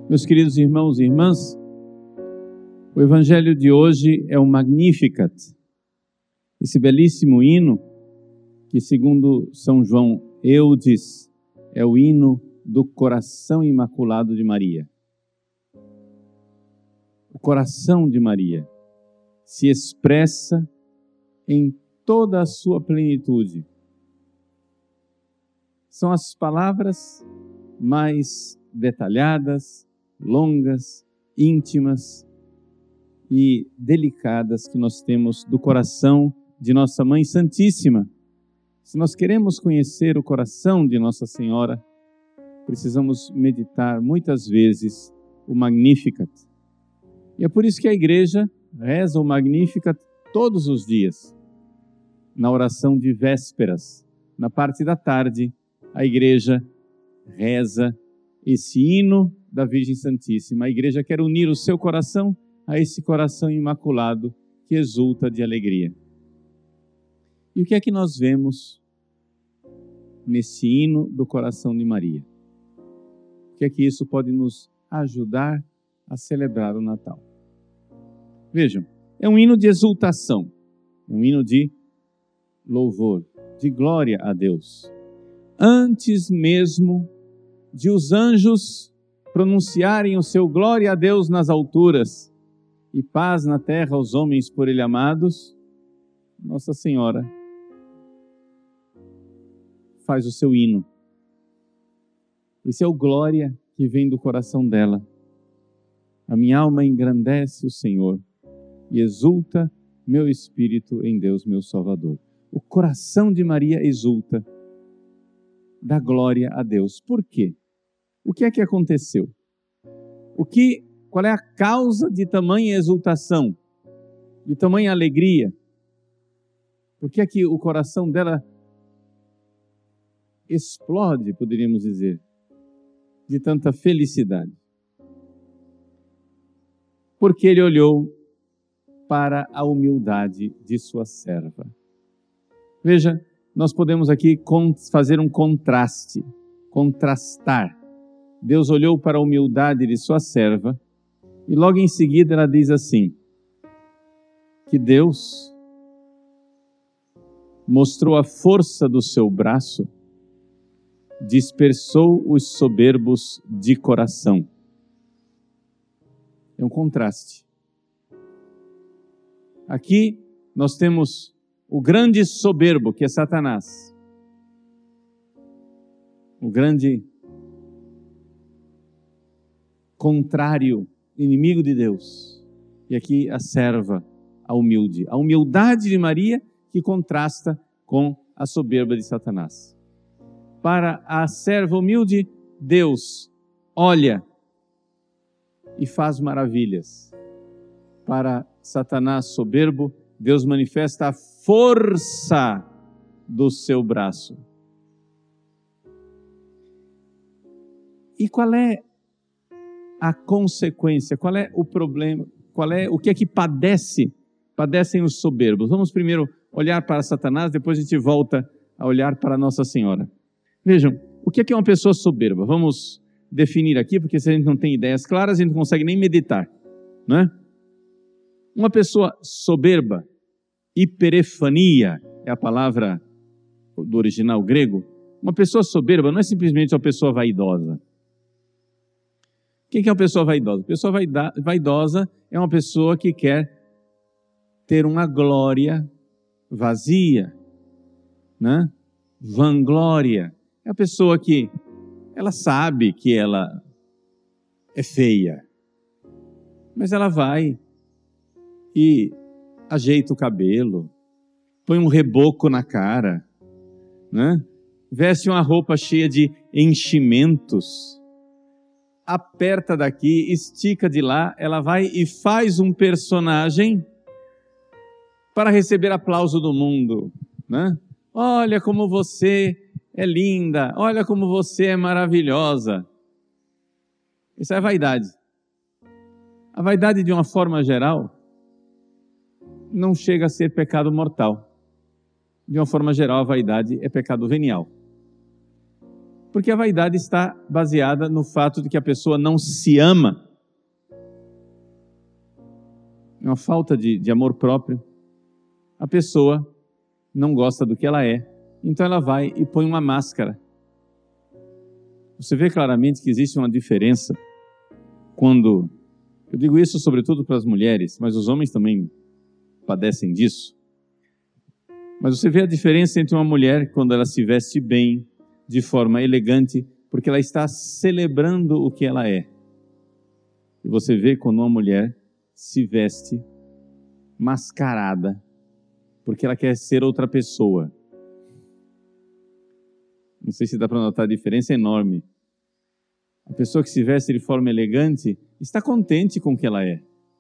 Meus queridos irmãos e irmãs, o Evangelho de hoje é o Magnificat, esse belíssimo hino que, segundo São João Eudes, é o hino do coração imaculado de Maria. O coração de Maria se expressa em toda a sua plenitude. São as palavras mais detalhadas, longas, íntimas e delicadas que nós temos do coração de Nossa Mãe Santíssima. Se nós queremos conhecer o coração de Nossa Senhora, precisamos meditar muitas vezes o Magnificat. E é por isso que a igreja reza o Magnificat todos os dias. Na oração de vésperas, na parte da tarde, a igreja reza esse hino da Virgem Santíssima. A igreja quer unir o seu coração a esse coração imaculado que exulta de alegria. E o que é que nós vemos nesse hino do coração de Maria? O que é que isso pode nos ajudar a celebrar o Natal? Vejam, é um hino de exultação, é um hino de louvor, de glória a Deus. Antes mesmo de os anjos pronunciarem o seu glória a Deus nas alturas e paz na terra aos homens por Ele amados, Nossa Senhora faz o seu hino. Esse é o glória que vem do coração dela. A minha alma engrandece o Senhor e exulta meu espírito em Deus, meu Salvador. O coração de Maria exulta, dá glória a Deus. Por quê? O que é que aconteceu? Qual é a causa de tamanha exultação, de tamanha alegria? Por que é que o coração dela explode, poderíamos dizer, de tanta felicidade? Porque ele olhou para a humildade de sua serva. Veja, nós podemos aqui fazer um contraste, contrastar. Deus olhou para a humildade de sua serva e logo em seguida ela diz assim, que Deus mostrou a força do seu braço, dispersou os soberbos de coração. É um contraste. Aqui nós temos o grande soberbo, que é Satanás. O grande contrário, inimigo de Deus. E aqui a serva, a humilde. A humildade de Maria que contrasta com a soberba de Satanás. Para a serva humilde, Deus olha e faz maravilhas. Para Satanás soberbo, Deus manifesta a força do seu braço. E qual é a consequência? Qual é o problema? O que é que padecem os soberbos? Vamos primeiro olhar para Satanás, depois a gente volta a olhar para Nossa Senhora. Vejam, o que é uma pessoa soberba? Vamos definir aqui, porque se a gente não tem ideias claras, a gente não consegue nem meditar, não é? Uma pessoa soberba, hiperefania, é a palavra do original grego. Uma pessoa soberba não é simplesmente uma pessoa vaidosa. Quem que é uma pessoa vaidosa? A pessoa vaidosa é uma pessoa que quer ter uma glória vazia, né? Vanglória. É a pessoa que ela sabe que ela é feia, mas ela vai e ajeita o cabelo, põe um reboco na cara, né? Veste uma roupa cheia de enchimentos, aperta daqui, estica de lá, ela vai e faz um personagem para receber aplauso do mundo, né? Olha como você é linda, olha como você é maravilhosa. Isso é vaidade. A vaidade, de uma forma geral, não chega a ser pecado mortal. De uma forma geral, a vaidade é pecado venial. Porque a vaidade está baseada no fato de que a pessoa não se ama. É uma falta de amor próprio. A pessoa não gosta do que ela é, então ela vai e põe uma máscara. Você vê claramente que existe uma diferença quando... Eu digo isso sobretudo para as mulheres, mas os homens também padecem disso. Mas você vê a diferença entre uma mulher quando ela se veste bem, de forma elegante, porque ela está celebrando o que ela é. E você vê quando uma mulher se veste mascarada, porque ela quer ser outra pessoa. Não sei se dá para notar a diferença enorme. A pessoa que se veste de forma elegante está contente com o que ela é.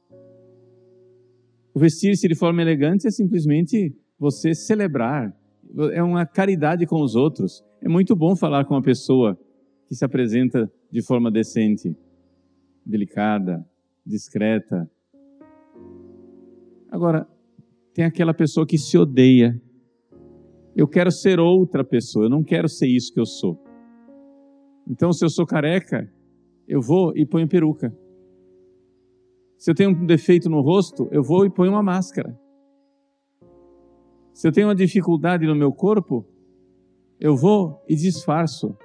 O vestir-se de forma elegante é simplesmente você celebrar. É uma caridade com os outros. É muito bom falar com uma pessoa que se apresenta de forma decente, delicada, discreta. Agora, tem aquela pessoa que se odeia. Eu quero ser outra pessoa, eu não quero ser isso que eu sou. Então, se eu sou careca, eu vou e ponho peruca. Se eu tenho um defeito no rosto, eu vou e ponho uma máscara. Se eu tenho uma dificuldade no meu corpo, eu vou e disfarço.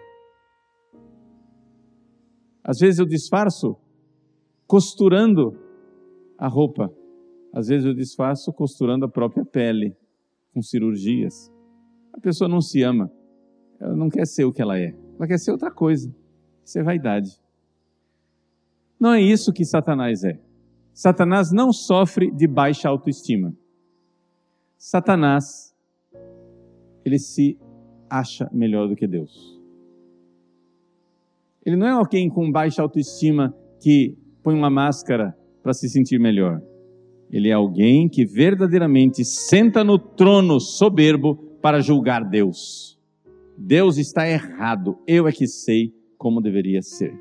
Às vezes eu disfarço costurando a roupa. Às vezes eu disfarço costurando a própria pele, com cirurgias. A pessoa não se ama. Ela não quer ser o que ela é. Ela quer ser outra coisa. Isso é vaidade. Não é isso que Satanás é. Satanás não sofre de baixa autoestima. Satanás, ele se acha melhor do que Deus. Ele não é alguém com baixa autoestima que põe uma máscara para se sentir melhor. Ele é alguém que verdadeiramente senta no trono soberbo para julgar Deus. Deus está errado, eu é que sei como deveria ser.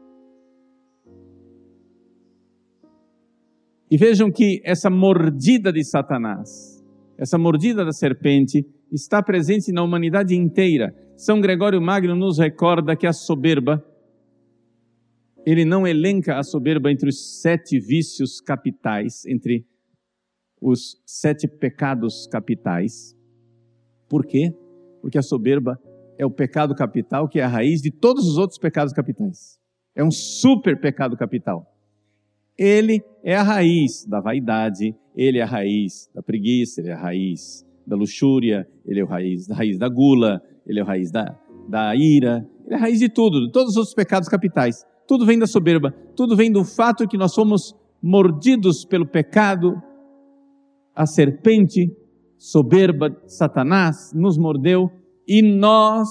E vejam que essa mordida de Satanás, essa mordida da serpente, está presente na humanidade inteira. São Gregório Magno nos recorda que a soberba, ele não elenca a soberba entre os 7 vícios capitais, entre os 7 pecados capitais. Por quê? Porque a soberba é o pecado capital que é a raiz de todos os outros pecados capitais. É um super pecado capital. Ele é a raiz da vaidade, ele é a raiz da preguiça, ele é a raiz da luxúria, ele é a raiz da gula, ele é a raiz da ira, ele é a raiz de tudo, de todos os outros pecados capitais. Tudo vem da soberba, tudo vem do fato que nós fomos mordidos pelo pecado. A serpente soberba, Satanás, nos mordeu e nós,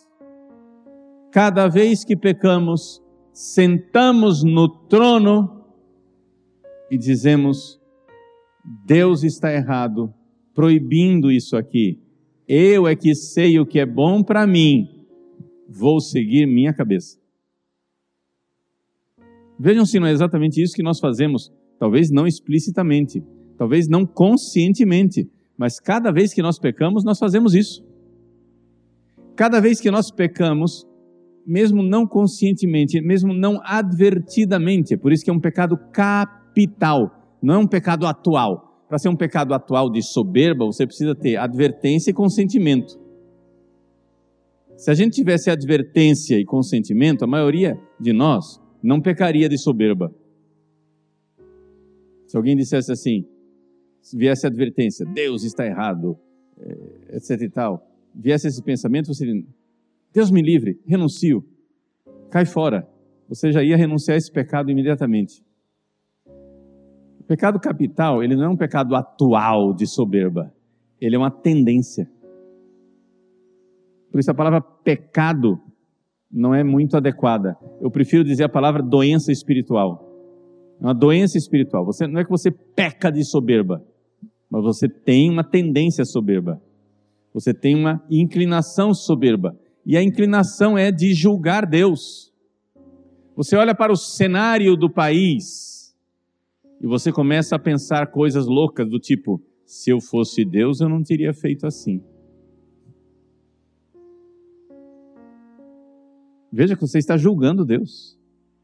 cada vez que pecamos, sentamos no trono e dizemos: Deus está errado, proibindo isso aqui. Eu é que sei o que é bom para mim, vou seguir minha cabeça. Vejam se não é exatamente isso que nós fazemos, talvez não explicitamente, talvez não conscientemente, mas cada vez que nós pecamos, nós fazemos isso. Cada vez que nós pecamos, mesmo não conscientemente, mesmo não advertidamente, é por isso que é um pecado capital, não é um pecado atual. Para ser um pecado atual de soberba, você precisa ter advertência e consentimento. Se a gente tivesse advertência e consentimento, a maioria de nós não pecaria de soberba. Se alguém dissesse assim, se viesse a advertência, Deus está errado, etc e tal, viesse esse pensamento, você diria, Deus me livre, renuncio, cai fora. Você já ia renunciar a esse pecado imediatamente. O pecado capital, ele não é um pecado atual de soberba, ele é uma tendência. Por isso a palavra pecado não é muito adequada. Eu prefiro dizer a palavra doença espiritual. É uma doença espiritual. Não é que você peca de soberba, mas você tem uma tendência soberba. Você tem uma inclinação soberba. E a inclinação é de julgar Deus. Você olha para o cenário do país e você começa a pensar coisas loucas do tipo, se eu fosse Deus, eu não teria feito assim. Veja que você está julgando Deus.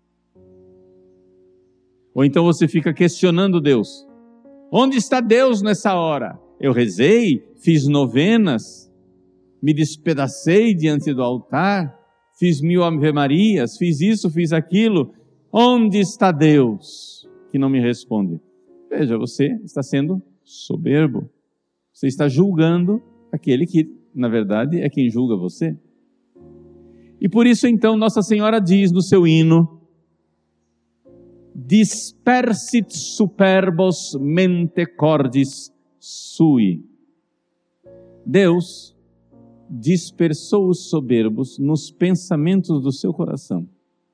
Ou então você fica questionando Deus. Onde está Deus nessa hora? Eu rezei, fiz novenas, me despedacei diante do altar, fiz 1000 ave-marias, fiz isso, fiz aquilo. Onde está Deus? Que não me responde. Veja, você está sendo soberbo. Você está julgando aquele que, na verdade, é quem julga você. E por isso, então, Nossa Senhora diz no seu hino: dispersit superbos mente cordis sui. Deus dispersou os soberbos nos pensamentos do seu coração.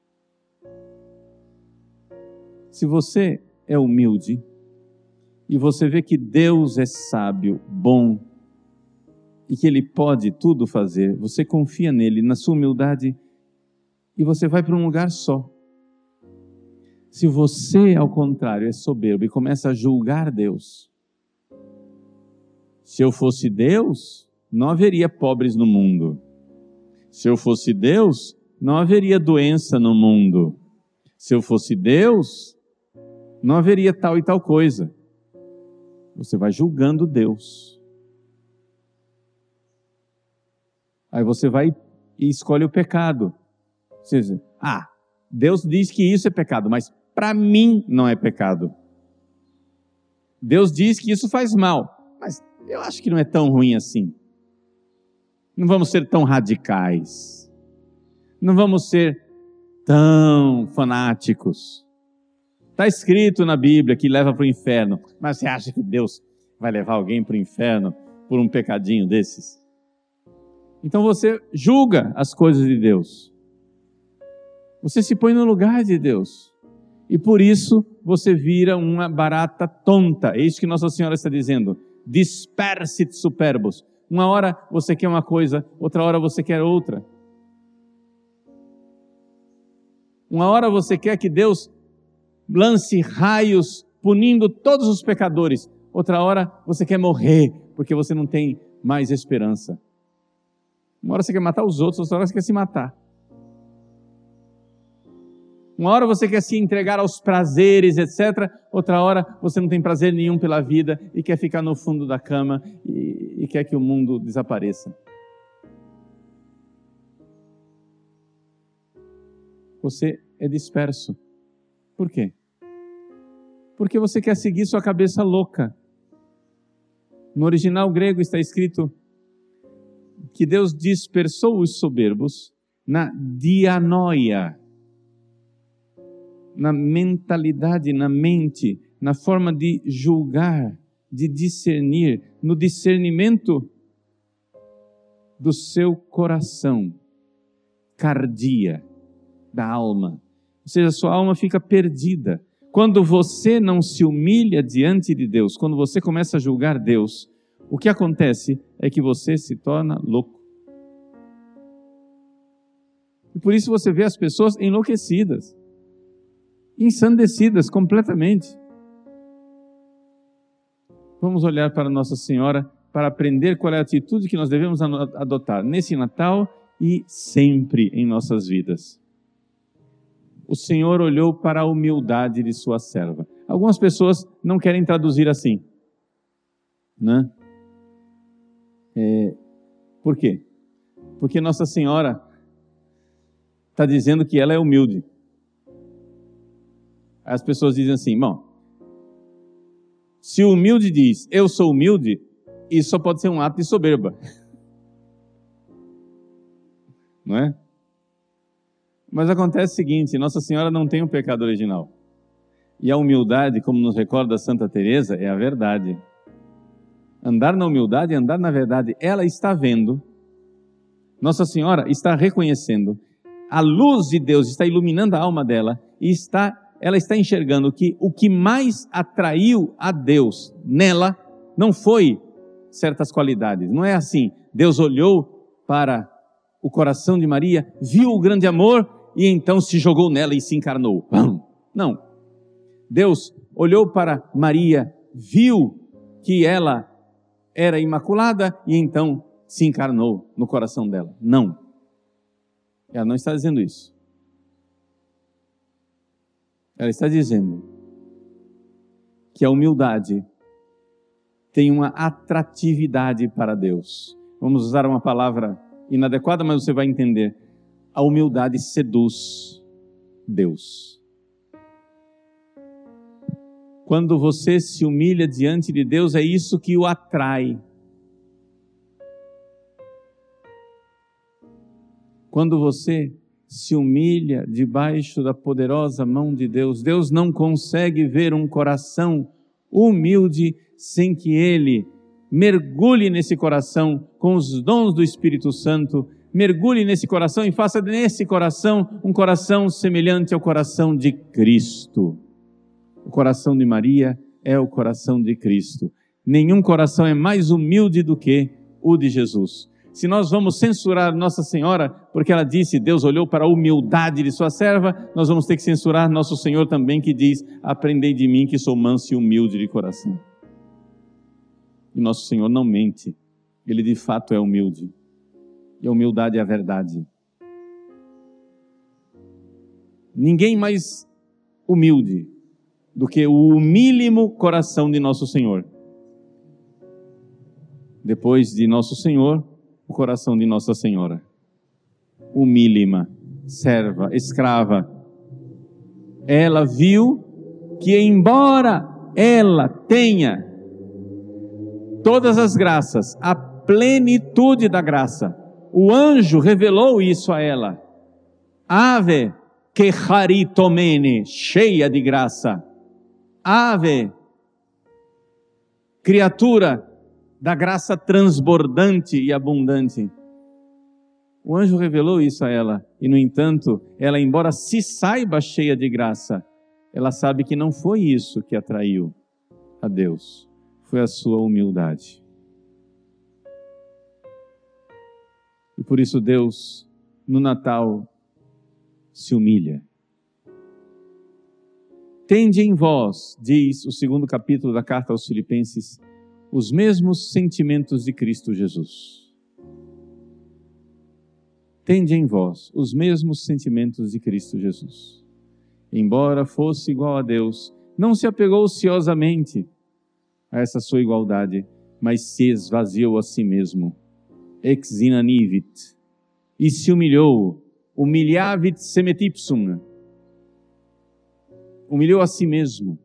Se você é humilde e você vê que Deus é sábio, bom e que Ele pode tudo fazer, você confia nele, na sua humildade, e você vai para um lugar só. Se você, ao contrário, é soberbo e começa a julgar Deus, se eu fosse Deus, não haveria pobres no mundo. Se eu fosse Deus, não haveria doença no mundo. Se eu fosse Deus, não haveria tal e tal coisa. Você vai julgando Deus. Aí você vai e escolhe o pecado. Você diz, Deus diz que isso é pecado, mas para mim não é pecado. Deus diz que isso faz mal, mas eu acho que não é tão ruim assim. Não vamos ser tão radicais. Não vamos ser tão fanáticos. Está escrito na Bíblia que leva para o inferno, mas você acha que Deus vai levar alguém para o inferno por um pecadinho desses? Então você julga as coisas de Deus. Você se põe no lugar de Deus. E por isso você vira uma barata tonta. É isso que Nossa Senhora está dizendo. Dispersit superbos. Uma hora você quer uma coisa, outra hora você quer outra. Uma hora você quer que Deus lance raios punindo todos os pecadores. Outra hora você quer morrer porque você não tem mais esperança. Uma hora você quer matar os outros, outra hora você quer se matar. Uma hora você quer se entregar aos prazeres, etc. Outra hora você não tem prazer nenhum pela vida e quer ficar no fundo da cama e quer que o mundo desapareça. Você é disperso. Por quê? Porque você quer seguir sua cabeça louca. No original grego está escrito que Deus dispersou os soberbos na dianoia, na mentalidade, na mente, na forma de julgar, de discernir, no discernimento do seu coração, cardia, da alma. Ou seja, a sua alma fica perdida. Quando você não se humilha diante de Deus, quando você começa a julgar Deus, o que acontece é que você se torna louco. E por isso você vê as pessoas enlouquecidas, ensandecidas completamente. Vamos olhar para Nossa Senhora para aprender qual é a atitude que nós devemos adotar nesse Natal e sempre em nossas vidas. O Senhor olhou para a humildade de sua serva. Algumas pessoas não querem traduzir assim, né? Por quê? Porque Nossa Senhora está dizendo que ela é humilde. As pessoas dizem assim, bom, se o humilde diz, eu sou humilde, isso só pode ser um ato de soberba. Não é? Mas acontece o seguinte, Nossa Senhora não tem um pecado original. E a humildade, como nos recorda Santa Teresa, é a verdade. Andar na humildade é andar na verdade. Ela está vendo, Nossa Senhora está reconhecendo, a luz de Deus está iluminando a alma dela e ela está enxergando que o que mais atraiu a Deus nela não foi certas qualidades. Não é assim, Deus olhou para o coração de Maria, viu o grande amor e então se jogou nela e se encarnou. Não. Deus olhou para Maria, viu que ela era imaculada e então se encarnou no coração dela. Não. Ela não está dizendo isso. Ela está dizendo que a humildade tem uma atratividade para Deus. Vamos usar uma palavra inadequada, mas você vai entender. A humildade seduz Deus. Quando você se humilha diante de Deus, é isso que o atrai. Quando você se humilha debaixo da poderosa mão de Deus, Deus não consegue ver um coração humilde sem que Ele mergulhe nesse coração com os dons do Espírito Santo, mergulhe nesse coração e faça nesse coração um coração semelhante ao coração de Cristo. O coração de Maria é o coração de Cristo. Nenhum coração é mais humilde do que o de Jesus. Se nós vamos censurar Nossa Senhora, porque ela disse, Deus olhou para a humildade de sua serva, nós vamos ter que censurar Nosso Senhor também, que diz, aprendei de mim que sou manso e humilde de coração. E Nosso Senhor não mente, Ele de fato é humilde. E a humildade é a verdade. Ninguém mais humilde do que o humílimo coração de Nosso Senhor. Depois de Nosso Senhor, o coração de Nossa Senhora. Humílima, serva, escrava. Ela viu que embora ela tenha todas as graças, a plenitude da graça, o anjo revelou isso a ela. Ave que charitomene, cheia de graça. Ave, criatura da graça transbordante e abundante. O anjo revelou isso a ela, e no entanto, ela, embora se saiba cheia de graça, ela sabe que não foi isso que atraiu a Deus, foi a sua humildade. E por isso Deus, no Natal, se humilha. Tende em vós, diz o 2º capítulo da carta aos Filipenses, os mesmos sentimentos de Cristo Jesus. Tende em vós os mesmos sentimentos de Cristo Jesus. Embora fosse igual a Deus, não se apegou ociosamente a essa sua igualdade, mas se esvaziou a si mesmo. Ex inanivit. E se humilhou. Humiliavit semetipsum. Humilhou a si mesmo.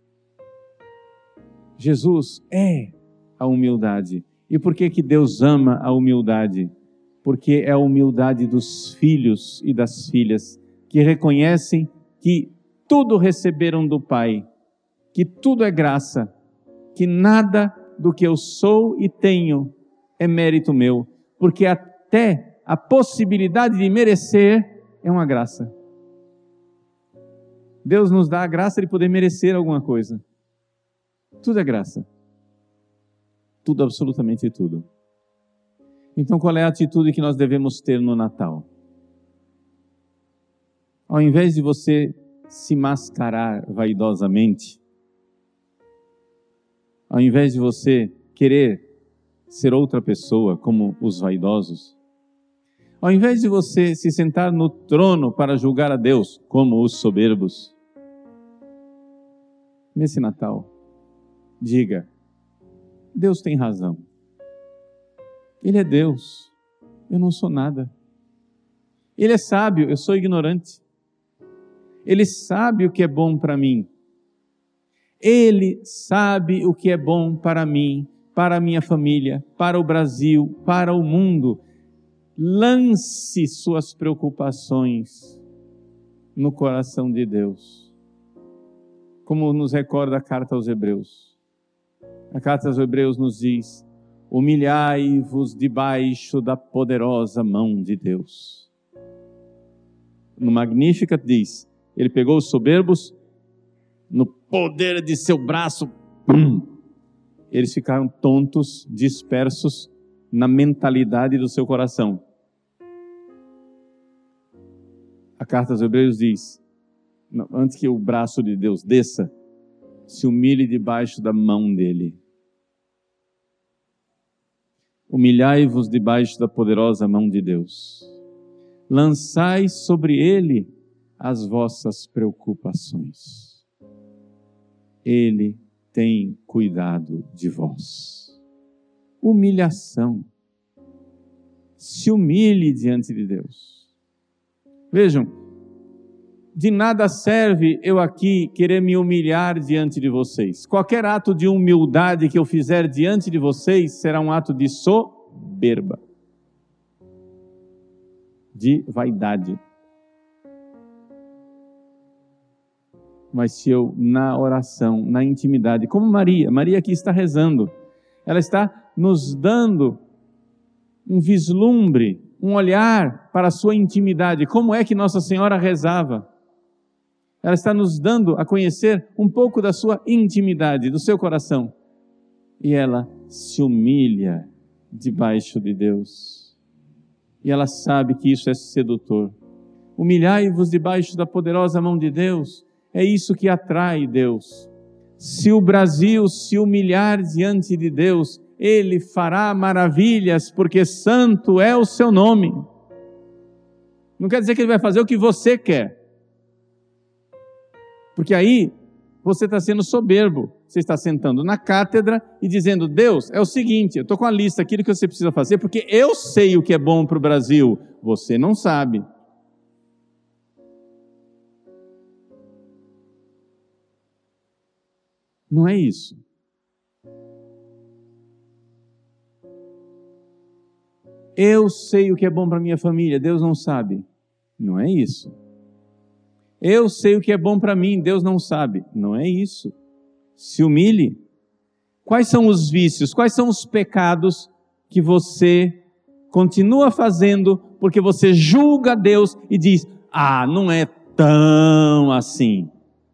Jesus é a humildade. E por que Deus ama a humildade? Porque é a humildade dos filhos e das filhas que reconhecem que tudo receberam do Pai, que tudo é graça, que nada do que eu sou e tenho é mérito meu, porque até a possibilidade de merecer é uma graça. Deus nos dá a graça de poder merecer alguma coisa. Tudo é graça. Tudo, absolutamente tudo. Então, qual é a atitude que nós devemos ter no Natal? Ao invés de você se mascarar vaidosamente, ao invés de você querer ser outra pessoa como os vaidosos, ao invés de você se sentar no trono para julgar a Deus como os soberbos, nesse Natal, diga, Deus tem razão. Ele é Deus, eu não sou nada. Ele é sábio, eu sou ignorante. Ele sabe o que é bom para mim. Ele sabe o que é bom para mim, para a minha família, para o Brasil, para o mundo. Lance suas preocupações no coração de Deus. Como nos recorda a carta aos Hebreus. A carta aos Hebreus nos diz, humilhai-vos debaixo da poderosa mão de Deus. No Magnificat diz, ele pegou os soberbos, no poder de seu braço, eles ficaram tontos, dispersos na mentalidade do seu coração. A carta aos Hebreus diz, antes que o braço de Deus desça, se humilhe debaixo da mão dele. Humilhai-vos debaixo da poderosa mão de Deus. lançai sobre ele as vossas preocupações. Ele tem cuidado de vós. Humilhação. Se humilhe diante de Deus. Vejam, de nada serve eu aqui querer me humilhar diante de vocês. Qualquer ato de humildade que eu fizer diante de vocês será um ato de soberba, de vaidade. Mas se eu, na oração, na intimidade, como Maria aqui está rezando, ela está nos dando um vislumbre, um olhar para a sua intimidade. Como é que Nossa Senhora rezava? Ela está nos dando a conhecer um pouco da sua intimidade, do seu coração. E ela se humilha debaixo de Deus. E ela sabe que isso é sedutor. Humilhai-vos debaixo da poderosa mão de Deus. É isso que atrai Deus. Se o Brasil se humilhar diante de Deus, Ele fará maravilhas, porque santo é o seu nome. Não quer dizer que Ele vai fazer o que você quer. Porque aí você está sendo soberbo. Você está sentando na cátedra e dizendo: Deus, é o seguinte, eu estou com a lista aqui do que você precisa fazer, porque eu sei o que é bom para o Brasil. Você não sabe. Não é isso. Eu sei o que é bom para minha família, Deus não sabe. Não é isso. Eu sei o que é bom para mim, Deus não sabe. Não é isso. Se humilhe. Quais são os vícios, quais são os pecados que você continua fazendo porque você julga Deus e diz: ah, não é tão assim.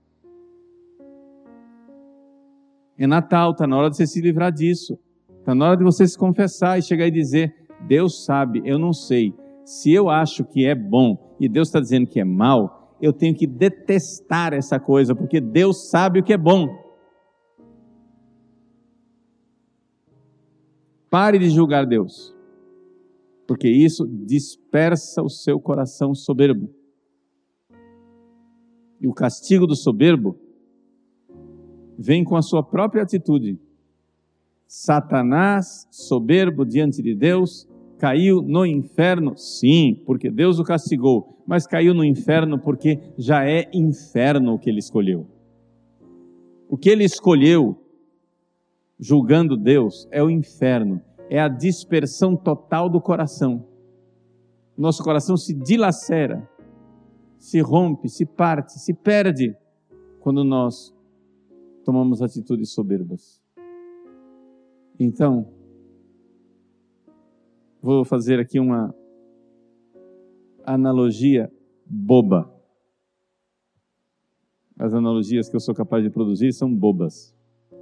É Natal, está na hora de você se livrar disso. Está na hora de você se confessar e chegar e dizer: Deus sabe, eu não sei. Se eu acho que é bom e Deus está dizendo que é mal, eu tenho que detestar essa coisa, porque Deus sabe o que é bom. Pare de julgar Deus, porque isso dispersa o seu coração soberbo. E o castigo do soberbo vem com a sua própria atitude. Satanás, soberbo diante de Deus, caiu no inferno, sim, porque Deus o castigou, mas caiu no inferno porque já é inferno o que ele escolheu. O que ele escolheu, julgando Deus, é o inferno, é a dispersão total do coração. Nosso coração se dilacera, se rompe, se parte, se perde, quando nós tomamos atitudes soberbas. Então, vou fazer aqui uma analogia boba. As analogias que eu sou capaz de produzir são bobas.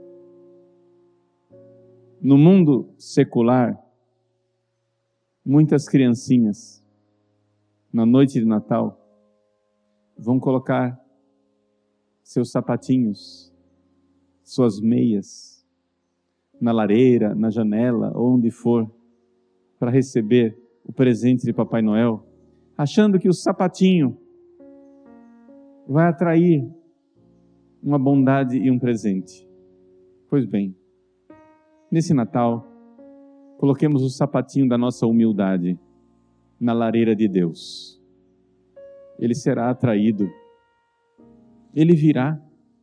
No mundo secular, muitas criancinhas, na noite de Natal, vão colocar seus sapatinhos, suas meias, na lareira, na janela, onde for, para receber o presente de Papai Noel, achando que o sapatinho vai atrair uma bondade e um presente. Pois bem, nesse Natal, coloquemos o sapatinho da nossa humildade na lareira de Deus. Ele será atraído. Ele virá.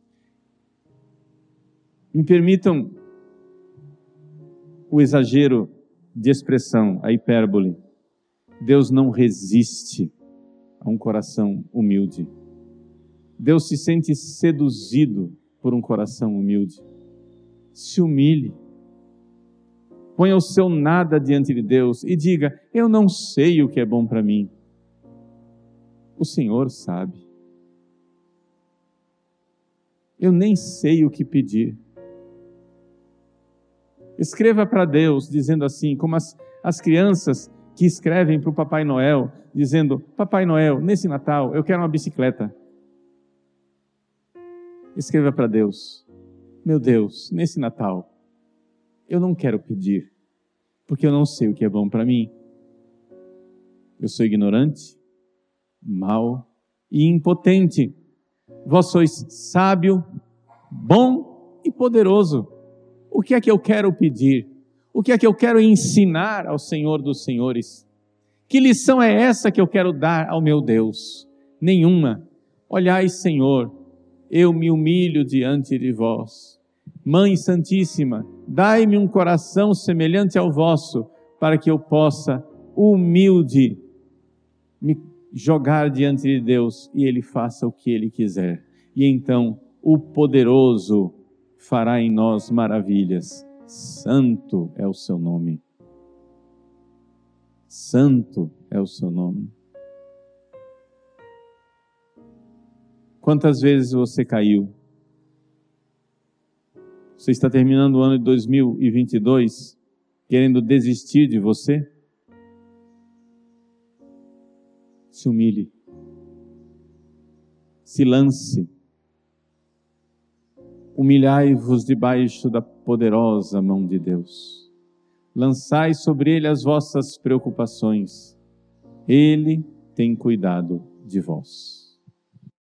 Me permitam o exagero de expressão, a hipérbole. Deus não resiste a um coração humilde. Deus se sente seduzido por um coração humilde. Se humilhe. Ponha o seu nada diante de Deus e diga: eu não sei o que é bom para mim. O Senhor sabe. Eu nem sei o que pedir. Escreva para Deus, dizendo assim, como as crianças que escrevem para o Papai Noel, dizendo: Papai Noel, nesse Natal eu quero uma bicicleta. Escreva para Deus: meu Deus, nesse Natal eu não quero pedir, porque eu não sei o que é bom para mim. Eu sou ignorante, mau e impotente. Vós sois sábio, bom e poderoso. O que é que eu quero pedir? O que é que eu quero ensinar ao Senhor dos Senhores? Que lição é essa que eu quero dar ao meu Deus? Nenhuma. Olhai, Senhor, eu me humilho diante de vós. Mãe Santíssima, dai-me um coração semelhante ao vosso, para que eu possa, humilde, me jogar diante de Deus e Ele faça o que Ele quiser. E então o poderoso fará em nós maravilhas. Santo é o seu nome. Santo é o seu nome. Quantas vezes você caiu? Você está terminando o ano de 2022 querendo desistir de você? Se humilhe. Se lance. Humilhai-vos debaixo da poderosa mão de Deus. Lançai sobre Ele as vossas preocupações. Ele tem cuidado de vós.